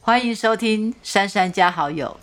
欢迎收听珊珊加好友。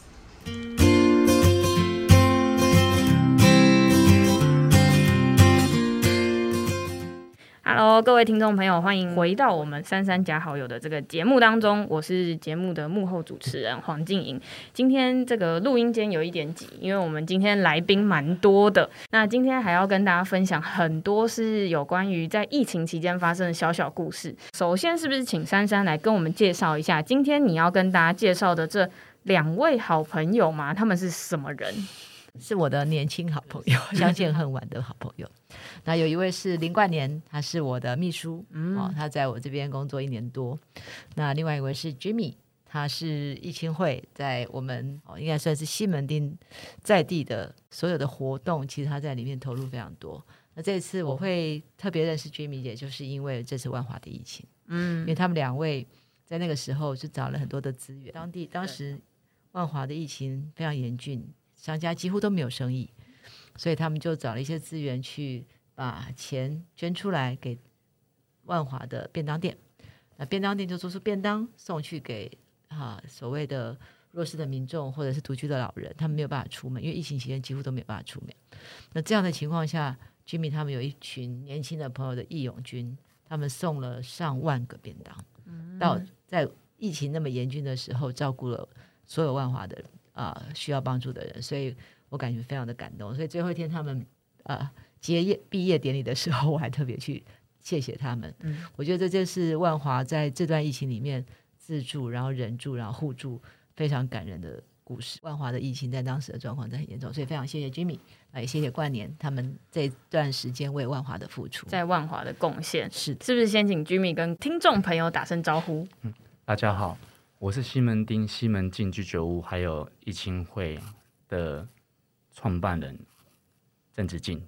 Hello， 各位听众朋友，欢迎回到我们珊珊加好友的这个节目当中，我是节目的幕后主持人黄静莹。今天这个录音间有一点挤，因为我们今天来宾蛮多的。那今天还要跟大家分享很多是有关于在疫情期间发生的小小故事。首先，是不是请珊珊来跟我们介绍一下，今天你要跟大家介绍的这2位好朋友吗？他们是什么人？ 是我的年轻好朋友，相见恨晚的好朋友。那有一位是林冠年，他是我的秘书，他在我这边工作1年多。那另外一位是 Jimmy， 他是义青会在我们应该算是西门町在地的所有的活动，其实他在里面投入非常多。那这次我会特别认识 Jimmy 姐，就是因为这次万华的疫情，因为他们2位在那个时候是找了很多的资源，当时万华的疫情非常严峻，商家几乎都没有生意，所以他们就找了一些资源去把钱捐出来给万华的便当店，那便当店就做出便当送去给所谓的弱势的民众或者是独居的老人，他们没有办法出门，因为疫情期间几乎都没有办法出门。那这样的情况下 Jimmy 他们有一群年轻的朋友的义勇军，他们送了上万个便当，到在疫情那么严峻的时候照顾了所有万华的需要帮助的人，所以我感觉非常的感动。所以最后一天他们毕业典礼的时候，我还特别去谢谢他们。我觉得这就是万华在这段疫情里面自助，然后忍住，然后互助，非常感人的故事。万华的疫情在当时的状况在很严重，所以非常谢谢 Jimmy， 也谢谢冠年他们这段时间为万华的付出， 在万华的贡献。 是不是先请 Jimmy 跟听众朋友打声招呼？ 大家好，我是西门町西门禁居酒屋还有义青会的创办人郑子敬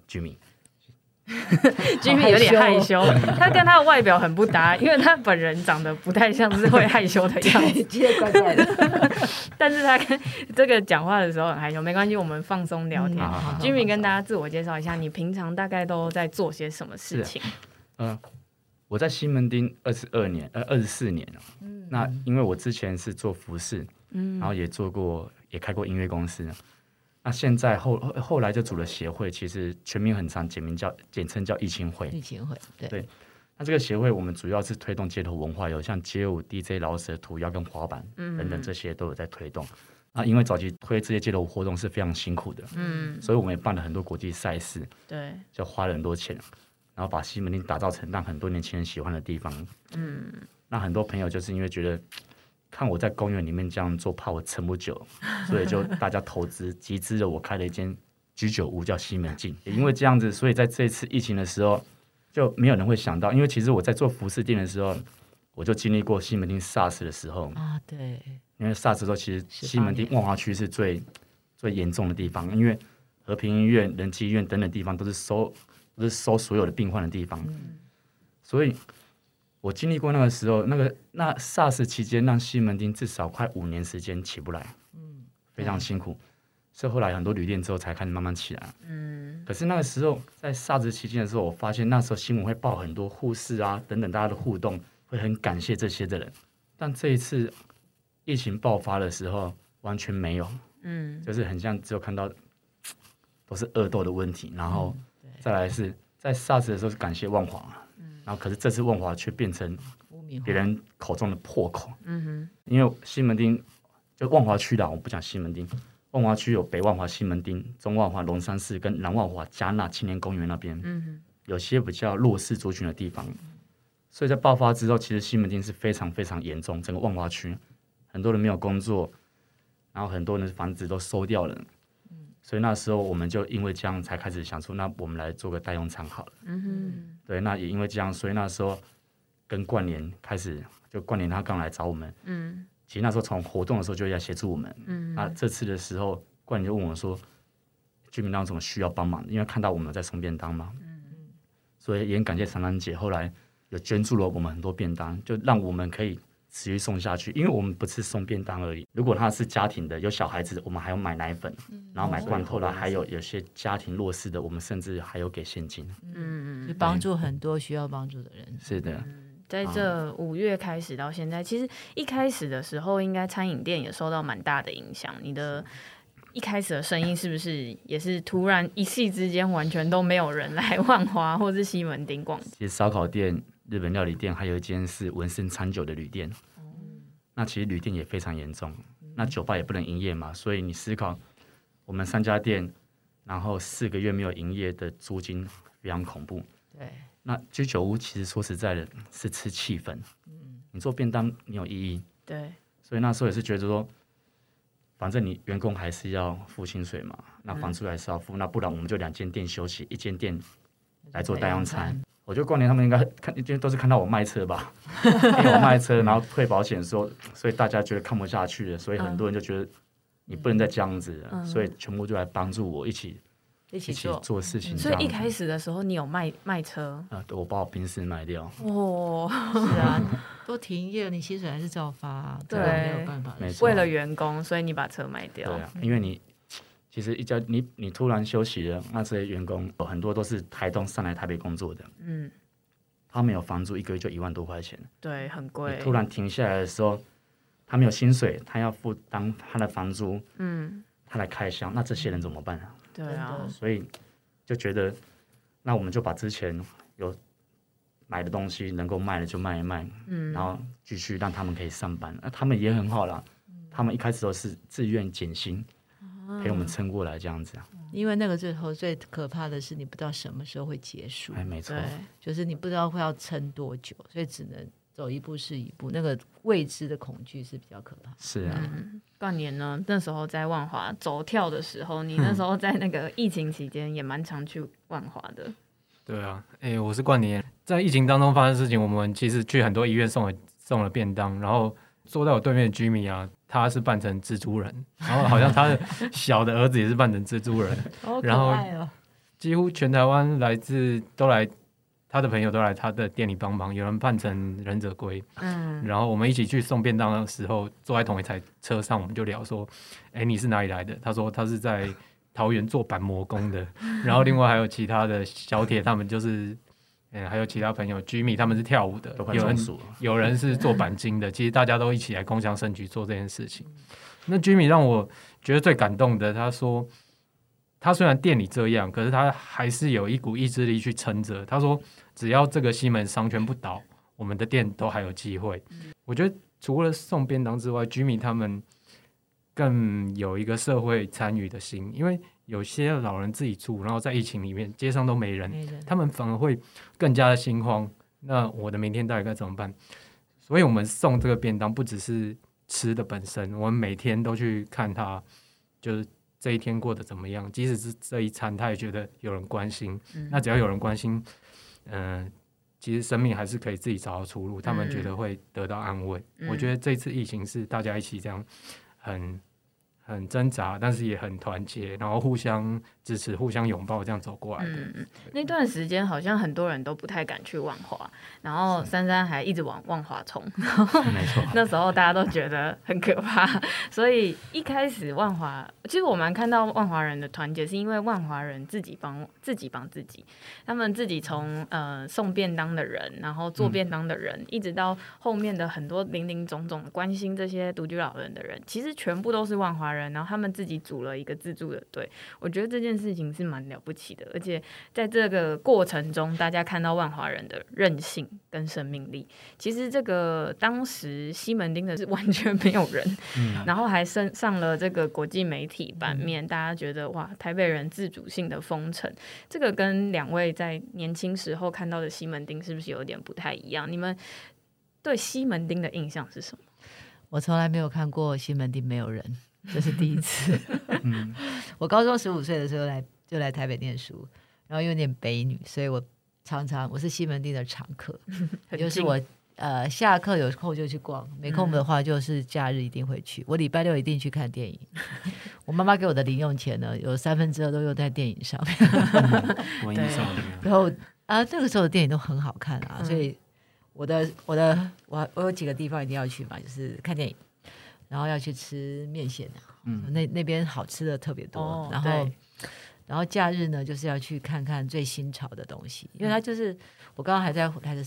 Jimmy。Jimmy 有点害羞，他跟他的外表很不搭，因为他本人长得不太像是会害羞的样子， 怪怪的。 但是他跟这个讲话的时候很害羞，没关系，我们放松聊天。Jimmy 跟大家自我介绍一下，你平常大概都在做些什么事情？ 我在西门町24年了。那因为我之前是做服饰，然后也开过音乐公司。那现在后来就组了协会，其实全名很长，简称叫义青会。 义青会，对。 那这个协会我们主要是推动街头文化，有像街舞、DJ、饶舌、涂鸦跟滑板等等，这些都有在推动。那因为早期推这些街头活动是非常辛苦的，所以我们也办了很多国际赛事， 对， 就花了很多钱，然后把西门町打造成让很多年轻人喜欢的地方。那很多朋友就是因为觉得看我在公园里面这样做，怕我撑不久，所以就大家投资集资了，我开了一间居酒屋叫西门禁。也因为这样子，所以在这次疫情的时候，就没有人会想到，因为其实我在做服饰店的时候，我就经历过西门町 SARS 的时候对， 因为 SARS 的时候，其实西门町万华区是最严重的地方，因为和平医院、仁济医院等等地方都是收所有的病患的地方，所以我经历过那个时候，那 SARS 期间让西门町至少快5年时间起不来，非常辛苦。是后来很多旅店之后才开始慢慢起来。可是那个时候在 SARS 期间的时候，我发现那时候新闻会报很多护士啊等等大家的互动，会很感谢这些的人。但这一次疫情爆发的时候完全没有，就是很像只有看到都是恶斗的问题，然后再来是在 SARS 的时候是感谢万华，然后可是这次万华却变成别人口中的破口。因为西门町就万华区的，我不讲西门町，万华区有北万华、西门町、中万华、龙山寺跟南万华嘉纳青年公园那边，有些比较弱势族群的地方。所以在爆发之后，其实西门町是非常非常严重，整个万华区很多人没有工作，然后很多人的房子都收掉了。所以那时候我们就因为这样才开始想说，那我们来做个代用餐好了。对，那也因为这样，所以那时候跟冠年开始，就冠年他刚来找我们。其实那时候从活动的时候就要协助我们。那这次的时候，冠年就问我说：“居民当中有什么需要帮忙的？”因为看到我们在送便当嘛。所以也很感谢常常姐后来有捐助了我们很多便当，就让我们可以持续送下去。因为我们不是送便当而已，如果他是家庭的有小孩子，我们还要买奶粉，然后买罐头啦，还有些家庭弱势的，我们甚至还有给现金。 就帮助很多需要帮助的人。 是的。 在这5月开始到现在，其实一开始的时候，应该餐饮店也受到蛮大的影响。你的一开始的生意是不是也是突然一夕之间完全都没有人来万华或是西门町逛？ 其实烧烤店、日本料理店，还有一间是文森餐酒的旅店。那其实旅店也非常严重，那酒吧也不能营业嘛，所以你思考，我们3家店，然后4个月没有营业的租金非常恐怖。 对， 那居酒屋其实说实在的，是吃气氛。你做便当没有意义。 对， 所以那时候也是觉得说，反正你员工还是要付薪水嘛，那房租还是要付，那不然我们就2间店休息，1间店来做代用餐。我觉得过年他们应该都是看到我卖车吧，因为我卖车，然后退保险的时候，所以大家觉得看不下去了，所以很多人就觉得你不能再这样子了，所以全部就来帮助我一起做事情。 所以一开始的时候，你有卖车？ 我把我宾士卖掉。 是啊，都停业了，你薪水还是照发， 对， 没有办法。 为了员工，所以你把车卖掉。 对啊，因为你其实你突然休息了，那这些员工有很多都是台东上来台北工作的，他们有房租1个月就1万多块钱， 对，很贵。 你突然停下来的时候，他没有薪水，他要负担他的房租，他来开销，那这些人怎么办啊？ 对啊， 所以就觉得，那我们就把之前有买的东西能够卖的就卖一卖，然后继续让他们可以上班，那他们也很好啦，他们一开始都是自愿减薪，陪我们撑过来这样子啊。 因为那个最后最可怕的是你不知道什么时候会结束， 没错， 就是你不知道会要撑多久，所以只能走一步是一步，那个未知的恐惧是比较可怕。 是啊， 冠年呢，那时候在万华走跳的时候，你那时候在那个疫情期间也蛮常去万华的。 对啊，我是冠年，在疫情当中发生的事情，我们其实去很多医院送了便当，然后坐在我对面的居民啊，他是扮成蜘蛛人，然后好像他的小的儿子也是扮成蜘蛛人，然后几乎全台湾他的朋友都来他的店里帮忙，有人扮成忍者龟，然后我们一起去送便当的时候，坐在同一台车上，我们就聊说，你是哪里来的？他说他是在桃园做板模工的，然后另外还有其他的小铁，他们就是还有其他朋友居民，他们是跳舞的，有人是做钣金的，其实大家都一起来共襄盛举做这件事情。那居民让我觉得最感动的，他说他虽然店里这样，可是他还是有一股意志力去撑着。他说只要这个西门商圈不倒，我们的店都还有机会。我觉得除了送便当之外，居民他们更有一个社会参与的心，因为有些老人自己住，然后在疫情里面街上都没人，他们反而会更加的心慌，那我的明天到底该怎么办？所以我们送这个便当不只是吃的本身，我们每天都去看他就是这一天过得怎么样，即使是这一餐他也觉得有人关心，那只要有人关心其实生命还是可以自己找到出路，他们觉得会得到安慰。我觉得这次疫情是大家一起这样很挣扎，但是也很团结，然后互相支持、互相拥抱，这样走过来的。 那段时间好像很多人都不太敢去万华，然后珊珊还一直往万华冲， 没错。 那时候大家都觉得很可怕，所以一开始万华，其实我蛮看到万华人的团结，是因为万华人自己帮自己，他们自己从送便当的人，然后做便当的人，一直到后面的很多林林总总关心这些独居老人的人，其实全部都是万华人。然后他们自己组了一个自助的队，我觉得这件事情是蛮了不起的，而且在这个过程中，大家看到万华人的韧性跟生命力。其实这个当时西门町的是完全没有人，然后还上了这个国际媒体版面，大家觉得哇，台北人自主性的封城，这个跟2位在年轻时候看到的西门町是不是有点不太一样？你们对西门町的印象是什么？ 我从来没有看过西门町没有人，这是第一次。我高中15岁的时候就来台北念书，然后又念北女，所以我是西门町的常客，就是我下课有空就去逛，没空的话就是假日一定会去。我礼拜6一定去看电影。我妈妈给我的零用钱呢，有2/3都用在电影上面。然后那个时候的电影都很好看啊，所以我有几个地方一定要去嘛，就是看电影，然后要去吃面线那边好吃的特别多，然后假日呢就是要去看看最新潮的东西，因为它就是我刚刚还在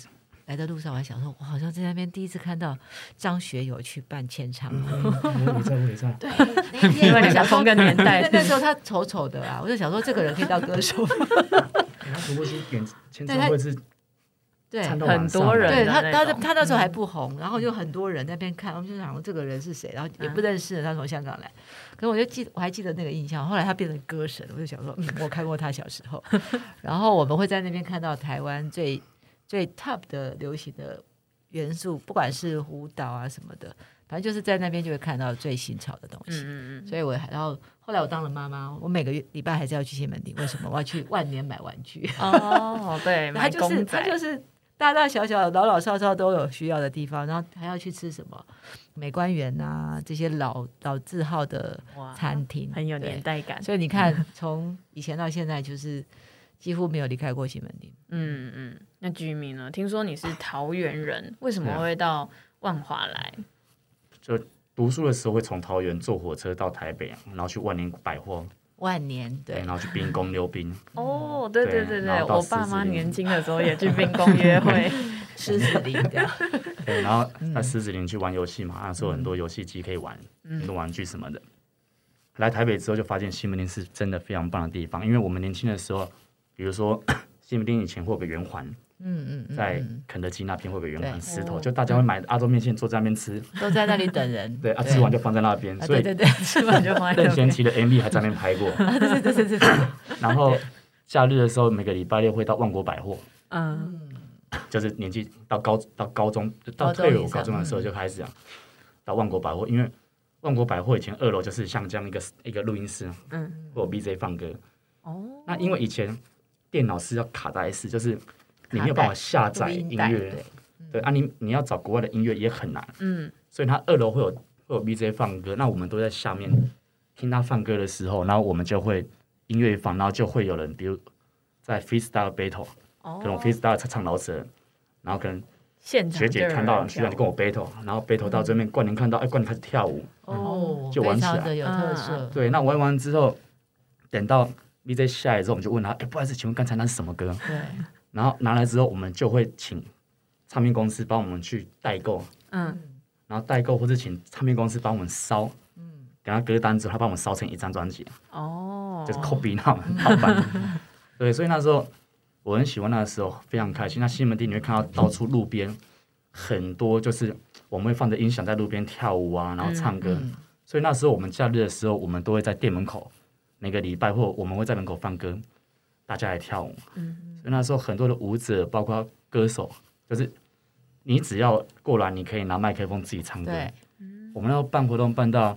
来的路上，我还想说，我好像在那边第一次看到张学友去办签唱会。 我也在。 对，那一天因为我想说两个同个年代那时候他丑丑的啊，我就想说这个人可以当歌手。 他不过是演签唱会是对， 唱到晚上很多人对他， 那种他那时候还不红，然后就很多人在那边看，我们就想说这个人是谁，然后也不认识，他从香港来，可是我还记得那个印象。后来他变成歌神，我就想说，我看过他小时候。然后我们会在那边看到台湾最 top 的流行的元素，不管是舞蹈啊什么的，反正就是在那边就会看到最新潮的东西。所以然后后来我当了妈妈，我每个礼拜还是要去西门町，为什么？我要去万年买玩具。 哦，对，买公仔， 他就是大大小小、老老少少都有需要的地方，然后还要去吃什么美官园啊，这些老字号的餐厅， 很有年代感。 所以你看，从以前到现在，就是几乎没有离开过西门町。 那居民呢？听说你是桃园人，为什么会到万华来？ 就读书的时候会从桃园坐火车到台北，然后去万年百货。 万年对， 然后去冰宫溜冰。 哦，对，我爸妈狮子林年轻的时候也去冰宫约会， 狮子林这样。 对，然后在狮子林去玩游戏嘛，那时候很多游戏机可以玩，很多玩具什么的。来台北之后就发现西门町是真的非常棒的地方，因为我们年轻的时候，比如说西门町以前会有个圆环。在肯德基那边会有个圆环石头，就大家会买阿州面线坐在那边吃， 都在那里等人。 对啊，吃完就放在那边，所以对， 吃完就放在那边。 任贤齐的 MV 还在那边拍过。 对。 然后假日的时候，每个礼拜六会到万国百货，就是年纪到高中到退伍高中的时候就开始到万国百货，因为万国百货以前2楼就是像这样一个录音室，会有 VJ 放歌。那因为以前电脑是要卡带式，就是你没有办法下载音乐，对啊，你要找国外的音乐也很难，所以它2楼会有 VJ 放歌，那我们都在下面听他放歌的时候，然后我们就会音乐放，然后就会有人，比如在 freestyle battle，可能 freestyle 唱老舍，然后可能学姐看到居然就跟我 battle， 然后 battle 到这边，冠霖看到，冠霖开始跳舞，就玩起来， 非常的有特色。 对，那玩完之后，等到 VJ 下来之后，我们就问他，不好意思，请问刚才那是什么歌？ 对。 然后拿来之后，我们就会请唱片公司帮我们去代购，然后代购或者请唱片公司帮我们烧，给他歌单之后，他帮我们烧成一张专辑，就是 copy 那种盗版。对，所以那时候我很喜欢，那个时候非常开心。那西门町你会看到到处路边很多，就是我们会放着音响在路边跳舞啊，然后唱歌。所以那时候我们假日的时候，我们都会在店门口，每个礼拜或我们会在门口放歌，大家来跳舞。所以那时候很多的舞者，包括歌手，就是你只要过来，你可以拿麦克风自己唱歌。我们要办活动办到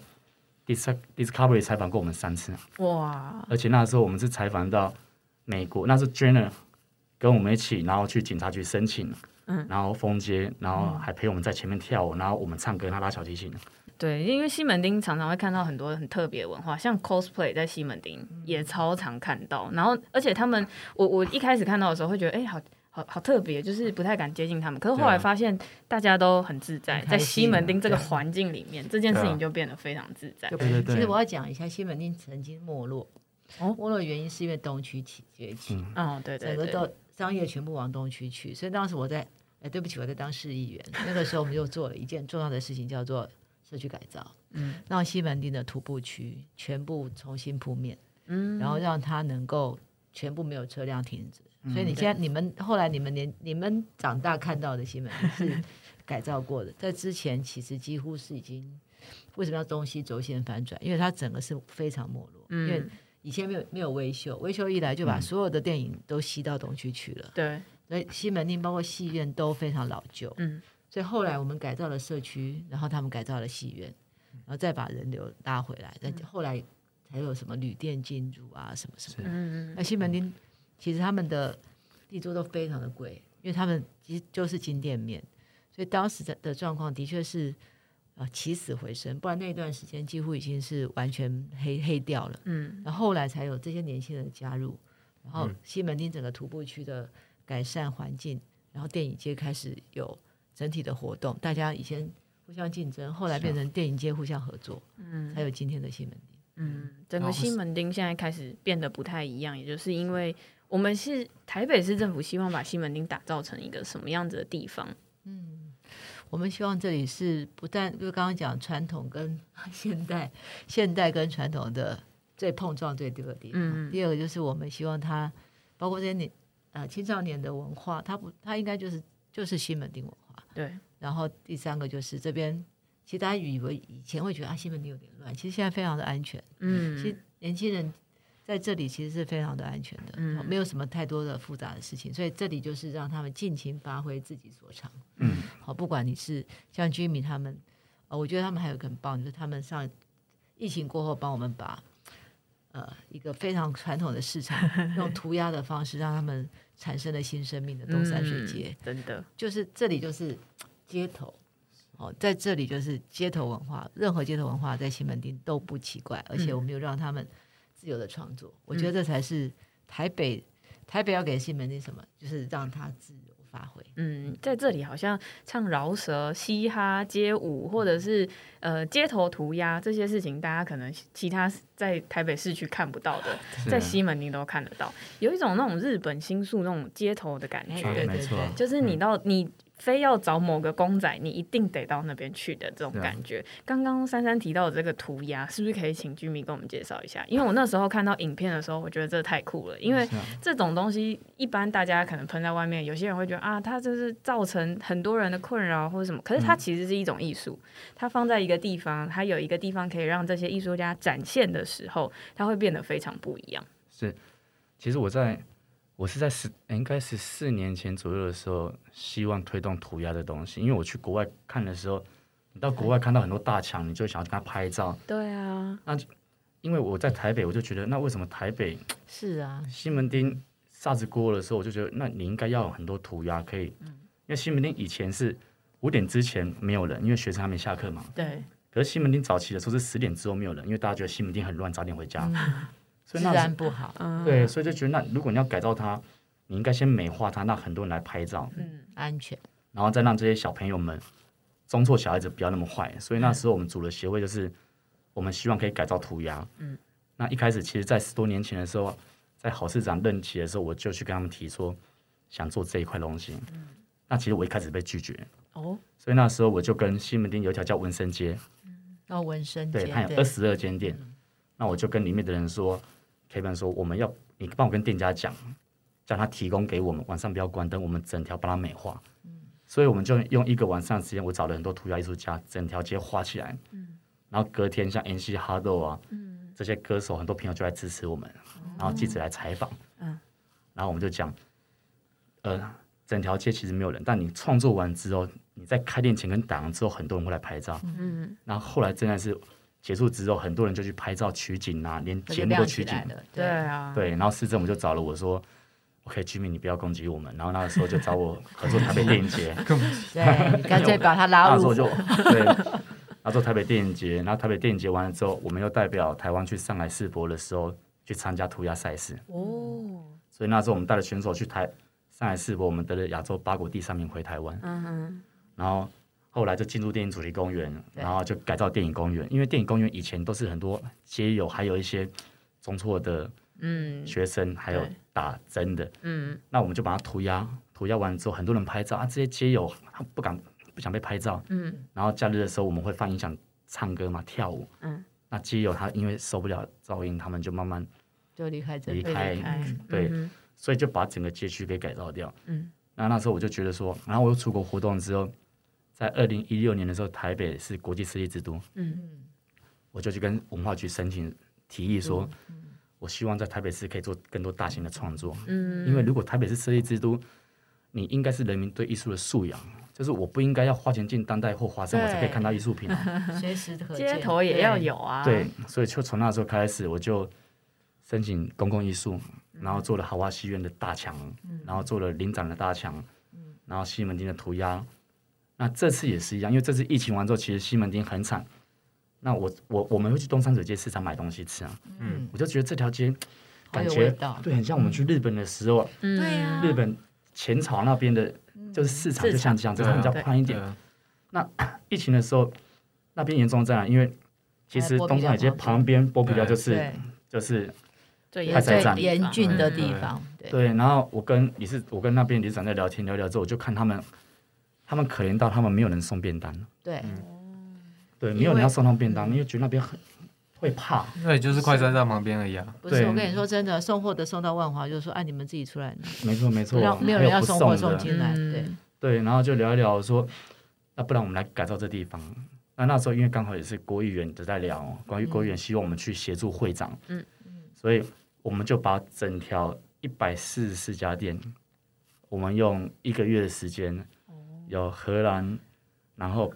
Discovery 采访过我们3次，哇！而且那时候我们是采访到美国，那是 Jenner 跟我们一起，然后去警察局申请，然后封街，然后还陪我们在前面跳舞，然后我们唱歌，他拉小提琴。 对，因为西门町常常会看到很多很特别的文化，像 cosplay 在西门町也超常看到。然后，而且他们，我一开始看到的时候会觉得，好特别，就是不太敢接近他们。可是后来发现大家都很自在，在西门町这个环境里面，这件事情就变得非常自在。 对。 其实我要讲一下，西门町曾经没落，没落的原因是因为东区崛起， 对， 整个都商业全部往东区去，所以当时我在当市议员，那个时候我们就做了一件重要的事情，叫做社区改造，让西门町的徒步区全部重新铺面，然后让它能够全部没有车辆停止。所以后来你们长大看到的西门町是改造过的，在之前其实几乎是已经，为什么要东西轴线反转？因为它整个是非常没落，因为以前没有维修一来就把所有的电影都吸到东区去了， 对， 所以西门町包括戏院都非常老旧，所以后来我们改造了社区，然后他们改造了戏院，然后再把人流拉回来，后来才有什么旅店进入啊什么什么的。那西门町其实他们的地租都非常的贵，因为他们其实就是金店面，所以当时的状况的确是起死回生，不然那段时间几乎已经是完全黑掉了。然后后来才有这些年轻人加入，然后西门町整个徒步区的改善环境，然后电影街开始有整体的活动，大家以前互相竞争，后来变成电影街互相合作，才有今天的西门町。 整个西门町现在开始变得不太一样，也就是因为我们是台北市政府希望把西门町打造成一个什么样子的地方？ 我们希望这里是不但就刚刚讲传统跟现代跟传统的最碰撞最多的地方。第二个就是我们希望它包括这些青少年的文化，它应该就是西门町文化。 对。 然后第三个就是这边，其实大家以为以前会觉得西门町有点乱，其实现在非常的安全。其实年轻人在这里其实是非常的安全的，没有什么太多的复杂的事情，所以这里就是让他们尽情发挥自己所长。好，不管你是像 Jimmy 他们，我觉得他们还有一个很棒，就是他们上疫情过后帮我们把一个非常传统的市场用涂鸦的方式让他们产生了新生命的东山水街。 真的就是这里就是街头。在这里就是街头文化，任何街头文化在西门町都不奇怪，而且我们又让他们自由的创作。我觉得这才是台北要给西门町什么，就是让他自由发挥。 在这里好像唱饶舌、嘻哈、街舞，或者是街头涂鸦这些事情，大家可能其他在台北市区看不到的，在西门町都看得到，有一种那种日本新宿那种街头的感觉。 对没错， 就是你非要找某个公仔，你一定得到那边去的这种感觉。刚刚珊珊提到的这个涂鸦，是不是可以请Jimmy跟我们介绍一下？因为我那时候看到影片的时候，我觉得这太酷了。因为这种东西一般大家可能喷在外面，有些人会觉得啊，它就是造成很多人的困扰或者什么。可是它其实是一种艺术，它放在一个地方，它有一个地方可以让这些艺术家展现的时候，它会变得非常不一样。 是，其实我是在应该14年前左右的时候，希望推动涂鸦的东西。因为我去国外看的时候，你到国外看到很多大墙，你就想要跟他拍照。 对啊， 那因为我在台北，我就觉得那为什么台北是啊， 西门町沙子锅的时候，我就觉得那你应该要有很多涂鸦可以。因为西门町以前是5点之前没有人，因为学生还没下课嘛。 对。 可是西门町早期的时候是10点之后没有人，因为大家觉得西门町很乱，早点回家。所以治安不好。 对，所以就觉得那如果你要改造它，你应该先美化它，让很多人来拍照， 安全， 然后再让这些小朋友们，中辍小孩子不要那么坏。所以那时候我们组了协会，就是我们希望可以改造涂鸦。那一开始其实，在10多年前的时候，在郝市长任期的时候，我就去跟他们提说想做这一块东西。那其实我一开始被拒绝，所以那时候我就跟西门町有一条叫文生街， 文生街， 对，它有22间店。那我就跟里面的人说 ，Kevin 说你帮我跟店家讲，叫他提供给我们，晚上不要关灯，我们整条把它美化。所以我们就用一个晚上的时间，我找了很多涂鸦艺术家，整条街画起来。然后隔天像 MC Hardo 啊，这些歌手很多朋友就来支持我们，然后记者来采访。然后我们就讲，整条街其实没有人，但你创作完之后，你在开店前跟打烊之后，很多人会来拍照。然后后来真的是结束之后，很多人就去拍照取景啊，连节目都取景。 对啊， 对，然后市政府就找了我说 ，OK，Jimmy，你不要攻击我们。然后那个时候就找我合作台北电影节， 对，干脆把他拉入。 那时候就对，然后做台北电影节，然后台北电影节完了之后，我们又代表台湾去上海世博的时候去参加涂鸦赛事。所以那时候我们带了选手去上海世博，我们得了亚洲8国第3名回台湾。然后后来就进入电影主题公园，然后就改造电影公园。因为电影公园以前都是很多街友，还有一些中辍的学生，还有打针的。那我们就把它涂鸦完之后，很多人拍照啊，这些街友他不想被拍照。然后假日的时候我们会放音响唱歌嘛，跳舞。那街友他因为受不了噪音，他们就慢慢就离开。 对，所以就把整个街区给改造掉。那时候我就觉得说，然后我又出国活动之后，在2016年的时候，台北是国际设计之都。我就去跟文化局申请提议说，我希望在台北市可以做更多大型的创作。因为如果台北是设计之都，你应该是人民对艺术的素养，就是我不应该要花钱进当代或华生我才可以看到艺术品。 随时可见， 街头也要有啊。 对，所以就从那时候开始，我就申请公共艺术，然后做了豪华戏院的大墙，然后做了林长的大墙，然后西门町的涂鸦。那这次也是一样，因为这次疫情完之后，其实西门町很惨。那我们会去东山水街市场买东西吃啊。我就觉得这条街感觉对，很像我们去日本的时候。 对啊， 日本浅草那边的，就是市场就像这样，只是它比较宽一点。那疫情的时候，那边严重在哪？因为其实东山海街旁边剥皮寮就是最太宰站严峻的嗯地方， 对，然后我跟那边理事长在聊天，聊之后，我就看他们可怜到他们没有人送便当， 对， 对，没有人要送他们便当，因为觉得那边很会怕。 对，就是快车站旁边而已啊。 不是对我跟你说真的，送货的送到万华，就说你们自己出来拿， 没错没错， 没有人要还不送货送的送进来，对， 对，然后就聊一聊说，那不然我们来改造这地方。那时候因为刚好也是国议员都在聊，关于国议员希望我们去协助会长，所以我们就把整条144家店，我们用1个月的时间，有荷兰，然后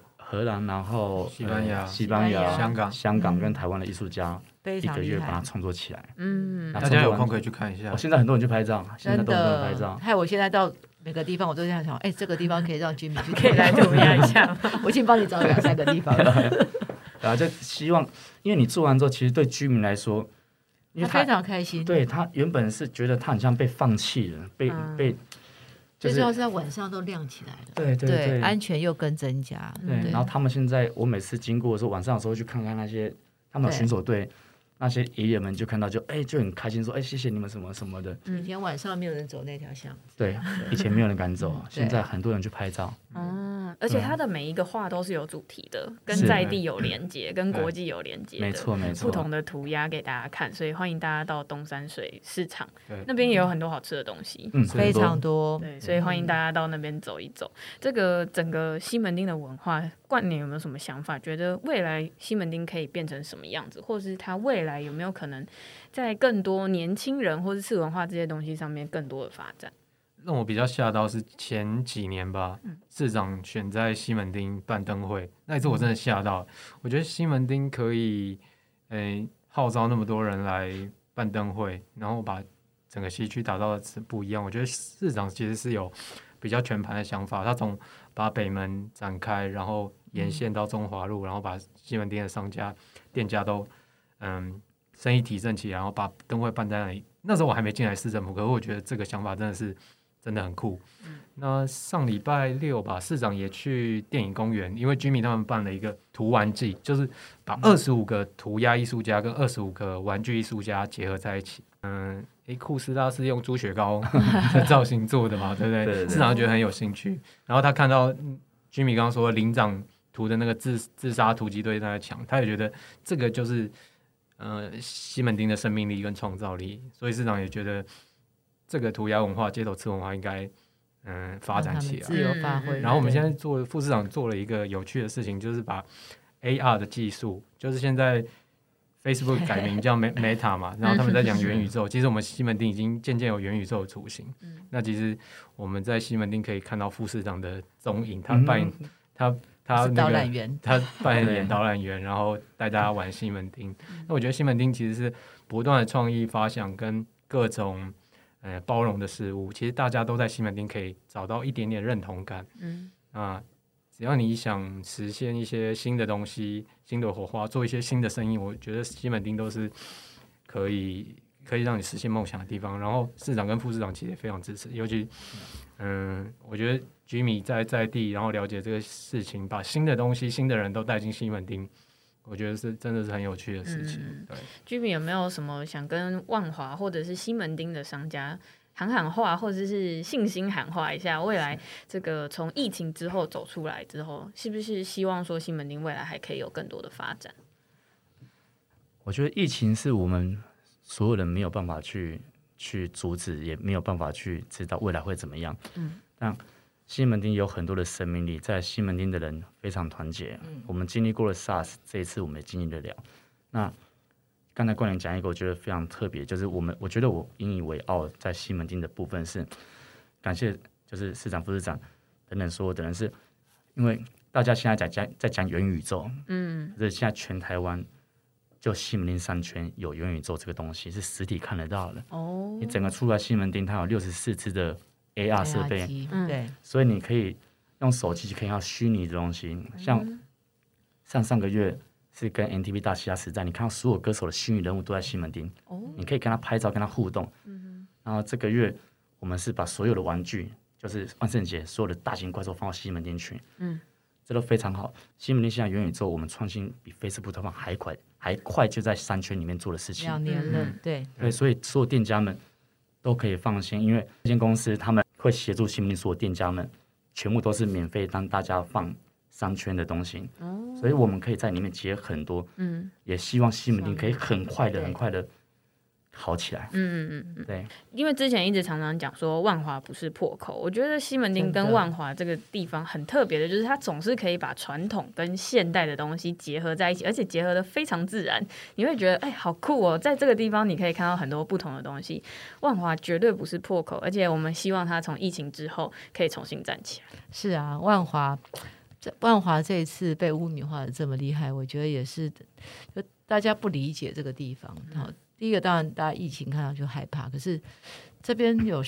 西班牙、香港跟台湾的艺术家， 非常 1个月厉害。 把它创作起来。 大家有空可以去看一下。 现在很多人去拍照，现在真都很多人的拍照。 害我现在到每个地方我都这样想，这个地方可以让居民去， 可以来涂鸦一下。 我已经帮你找2-3个地方了。 然后就希望，因为你做完之后，其实对居民来说，因为他非常开心。 对他原本是觉得他很像被放弃了，被最重要是在晚上都亮起来了， 对， 安全又更增加。 对，然后他们现在，我每次经过的时候，晚上的时候去看看那些他们巡守队，那些爷爷们就看到就很开心，说谢谢你们什么什么的。 以前晚上没有人走那条巷子， 对，以前没有人敢走，现在很多人去拍照。 而且它的每一个画都是有主题的，跟在地有连接，跟国际有连接的， 没错没错， 不同的涂鸦给大家看，所以欢迎大家到东山水市场，那边也有很多好吃的东西， 非常多。 对，所以欢迎大家到那边走一走。这个整个西门町的文化，冠年有没有什么想法？觉得未来西门町可以变成什么样子，或是它未来有没有可能在更多年轻人或是次文化这些东西上面更多的发展？ 让我比较吓到是前几年吧，市长选在西门町办灯会，那一次我真的吓到。我觉得西门町可以，号召那么多人来办灯会，然后把整个西区打造的不一样。我觉得市长其实是有比较全盘的想法，他从把北门展开，然后沿线到中华路，然后把西门町的商家、店家都生意提振起来，然后把灯会办在那里。那时候我还没进来市政府，可是我觉得这个想法真的很酷。那上礼拜6吧，市长也去电影公园，因为居民他们办了一个涂玩季，就是把25个涂鸦艺术家跟25个玩具艺术家结合在一起。库斯拉是用猪血糕的造型做的嘛，对不对？ 对市长觉得很有兴趣，然后他看到居民刚刚说林长涂的那个自杀突击队在抢，他也觉得这个就是西门町的生命力跟创造力，所以市长也觉得这个涂鸦文化、街头次文化应该发展起来， 自由发挥。 然后我们现在副市长做了一个有趣的事情，就是把 AR 的技术，就是现在 Facebook 改名叫 Meta 嘛，然后他们在讲元宇宙，其实我们西门町已经渐渐有元宇宙的雏形。那其实我们在西门町可以看到副市长的踪影，他扮演他是导览员， 他扮演导览员，然后带大家玩西门町。那我觉得西门町其实是不断的创意发想跟各种包容的事物，其实大家都在西门町可以找到一点点认同感。只要你想实现一些新的东西、新的火花，做一些新的生意，我觉得西门町都是可以让你实现梦想的地方。然后市长跟副市长其实也非常支持，尤其我觉得居民在地，然后了解这个事情，把新的东西、新的人都带进西门町，我觉得是真的是很有趣的事情。对， 居民有没有什么想跟万华或者是西门町的商家喊话，或者是信心喊话一下，未来这个从疫情之后走出来之后，是不是希望说西门町未来还可以有更多的发展？ 我觉得疫情是我们所有人没有办法去阻止，也没有办法去知道未来会怎么样。但西门町有很多的生命力，在西门町的人非常团结。我们经历过了 SARS， 这一次我们也经历得了。那刚才冠霖讲一个我觉得非常特別，就是我觉得我引以为傲在西门町的部分是感謝就是市长、副市长等等所有的人，是因为大家现在在讲元宇宙，可是现在全台湾就西门町商圈有元宇宙这个东西是实体看得到的。你整个出来西门町，它有64支的 AR 设备， 对， 所以你可以用手机可以看到虚拟的东西，像上个月。是跟 NTV 大嘻哈时代，你看到所有歌手的虚拟人物都在西门町，你可以跟他拍照，跟他互动。然后这个月我们是把所有的玩具，就是万圣节所有的大型怪兽放到西门町去。 这都非常好。西门町现在元宇宙，我们创新比 Facebook 投放还快，就在3圈里面做的事情。 2年了，对， 所以所有店家们都可以放心，因为这间公司他们会协助西门町所有店家们，全部都是免费让大家放商圈的东西。所以我们可以在里面结很多，也希望西门町可以很快的好起来。对， 因为之前一直常常讲说万华不是破口，我觉得西门町跟万华这个地方很特别的，就是它总是可以把传统跟现代的东西结合在一起，而且结合的非常自然，你会觉得好酷哦，在这个地方你可以看到很多不同的东西。万华绝对不是破口，而且我们希望它从疫情之后可以重新站起来。 是啊，万华这一次被污名化的这么厉害，我觉得也是就大家不理解这个地方。第一个当然大家疫情看到就害怕，可是这边有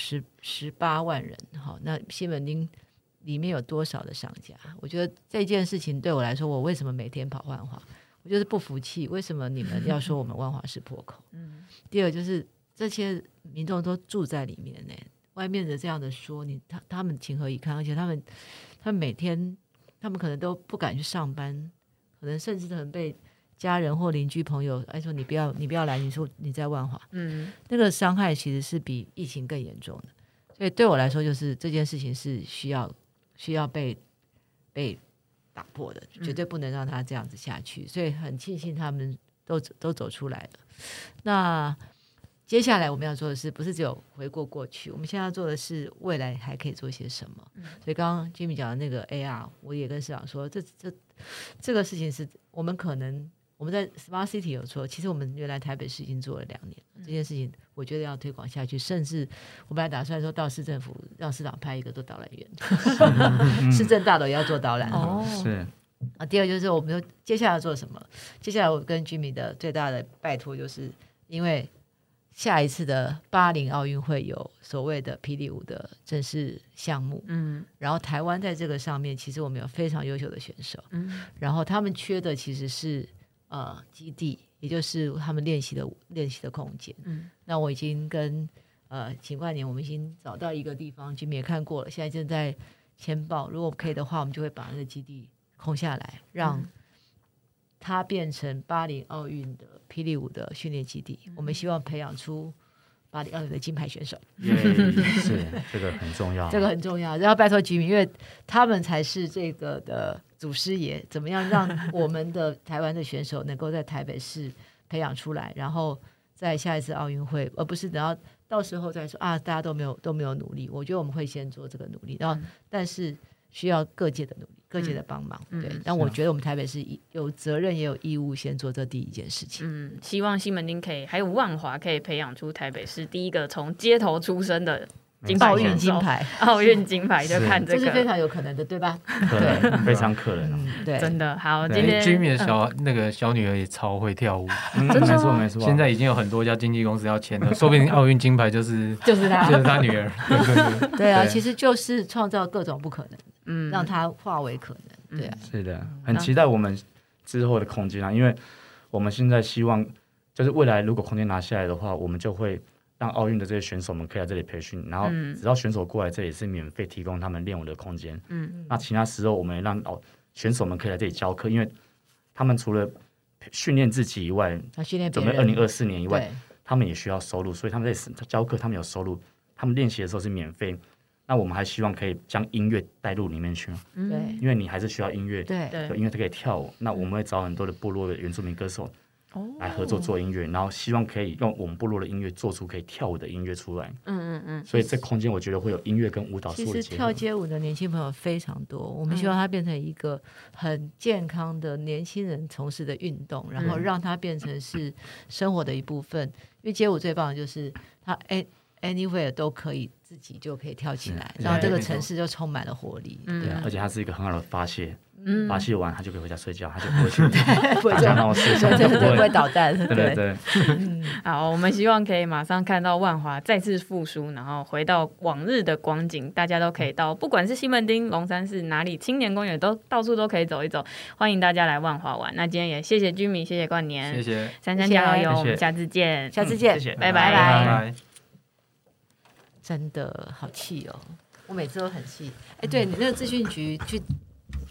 18万人，那西门町里面有多少的商家？我觉得这件事情对我来说，我为什么每天跑万华，我就是不服气，为什么你们要说我们万华是破口？第二就是这些民众都住在里面呢，外面的这样的说他们情何以堪？而且他们每天他们可能都不敢去上班，可能甚至可能被家人或邻居朋友说你不要来，你说你在万华，那个伤害其实是比疫情更严重的。所以对我来说，就是这件事情是需要被打破的，绝对不能让它这样子下去。所以很庆幸他们都走出来了。那接下来我们要做的是，不是只有回顾过去，我们现在要做的是未来还可以做些什么。所以刚刚 Jimmy 讲的那个 AR， 我也跟市长说，这个事情是我们在 Smart City 有说，其实我们原来台北市已经做了2年，这件事情我觉得要推广下去，甚至我们还打算说到市政府让市长派一个做导览员，市政大楼也要做导览。 是。 第二就是我们接下来要做什么？接下来我跟 Jimmy 的最大的拜托就是，因为下一次的巴黎奥运会有所谓的霹雳舞的正式项目，然后台湾在这个上面其实我们有非常优秀的选手，然后他们缺的其实是基地，也就是他们练习的空间。那我已经跟秦冠年我们已经找到一个地方，Jimmy也看过了，现在正在签报，如果可以的话，我们就会把那个基地空下来，让它变成巴黎奥运的霹雳舞的训练基地。我们希望培养出巴黎奥运的金牌选手。 是，这个很重要， 这个很重要。然后拜托居民，因为他们才是这个的祖师爷，怎么样让我们的台湾的选手能够在台北市培养出来，然后在下一次奥运会，而不是等到时候再说大家都没有努力。我觉得我们会先做这个努力，然后但是需要各界的努力，各界的帮忙。对，但我觉得我们台北市有责任也有义务先做这第一件事情。 希望西门町可以，还有万华可以培养出台北市第一个从街头出身的奥运金牌， 奥运金牌就看这个， 这是非常有可能的，对吧？ 对，非常可能。 对， 真的好。今天 Jimmy 的那个小女儿也超会跳舞， 没错没错。 现在已经有很多家经纪公司要签了，说不定奥运金牌就是她女儿。 对啊，其实就是创造各种不可能，让它化为可能。对啊， 是的，很期待我们之后的空间啊，因为我们现在希望就是未来如果空间拿下来的话，我们就会让奥运的这些选手们可以来这里培训，然后只要选手过来这里是免费提供他们练舞的空间。那其他时候我们也让选手们可以来这里教课，因为他们除了训练自己以外，准备2024年以外，他们也需要收入，所以他们在教课，他们有收入，他们练习的时候是免费。那我们还希望可以将音乐带入里面去， 对， 因为你还是需要音乐， 对， 有音乐它可以跳舞。那我们会找很多的部落的原住民歌手来合作做音乐，然后希望可以用我们部落的音乐做出可以跳舞的音乐出来。所以这空间我觉得会有音乐跟舞蹈。 其实跳街舞的年轻朋友非常多，我们希望它变成一个很健康的年轻人从事的运动，然后让它变成是生活的一部分。因为街舞最棒的就是它anywhere 都可以自己就可以跳起来，然后这个城市就充满了活力。对啊， 而且它是一个很好的发泄。发泄完他就可以回家睡觉，他就不会去大家闹事， 不会捣蛋。 对。 好，我们希望可以马上看到万华再次复苏，然后回到往日的光景，大家都可以到，不管是西门町、龙山寺哪里，青年公园都到处都可以走一走，欢迎大家来万华玩。那今天也谢谢居民，谢谢冠年， 谢谢珊珊加好友，我们下次见， 谢谢， 拜拜。 真的好气哦，我每次都很气。对，你那个资讯局去。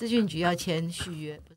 资讯局要签续约，